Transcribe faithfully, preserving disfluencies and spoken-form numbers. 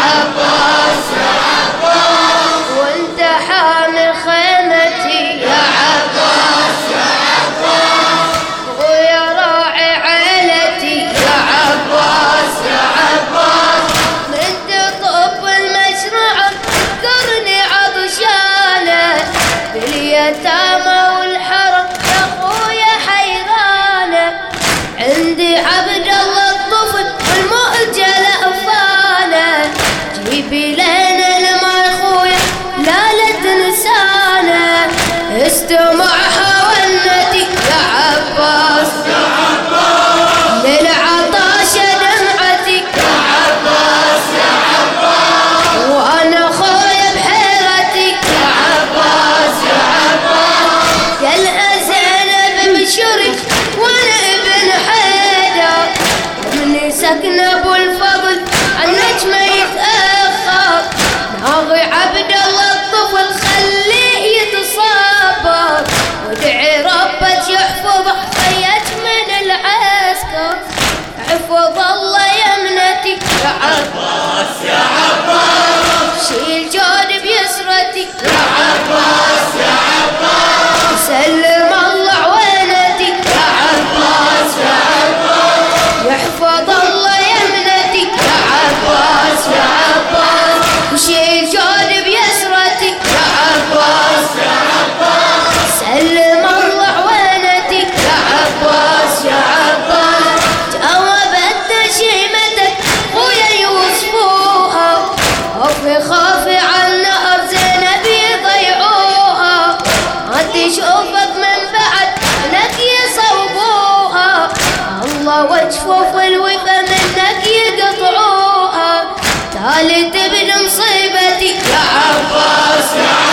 عباس يا عباس، وانت حامي خيمتي يا عباس يا عباس، ويا راعي عيلتي يا عباس يا عباس، من تطب المشرعة تذكرني عطشانة، باليتامى والحرم يا خويا حيرانة، عندي عبد الله الطفل والمؤجل أفانة، جيبي لنا الماء خويا لا لا تنسانا، استمع حولتي يا عباس يا عباس، للعطاش دمعتي يا عباس يا عباس، وانا خويا بحيرتي يا عباس يا عباس، يا زينب بشرك وانا ابن حيدر، مني سكن ابو الفضل عنك ما يتاخر، ناغي عبد الله الطفل خليه يتصبر، وادعي ربك يحفظه خيك من العسكر، حفظ الله يمنتي يا عباس يا عباس، شيل جود بيسرتي يا عباس يا عباس، سلم الله عوينتي يا عباس يا عباس، يحفظ الله يمنتي يا عباس يا عباس، وشيل جود بيسرتي يا عباس يا عباس، سلم الله عوينتي يا عباس يا عباس، جاوبت شيمتك خويا يوصفوها، خوفي خوفي عن نهر زينب يضيعوها، ما تشوفك من بعد لك يصوبوها، الله وجفوف الوفا منك يقطعوها، تالي تبن مصيبتي يا عباس يا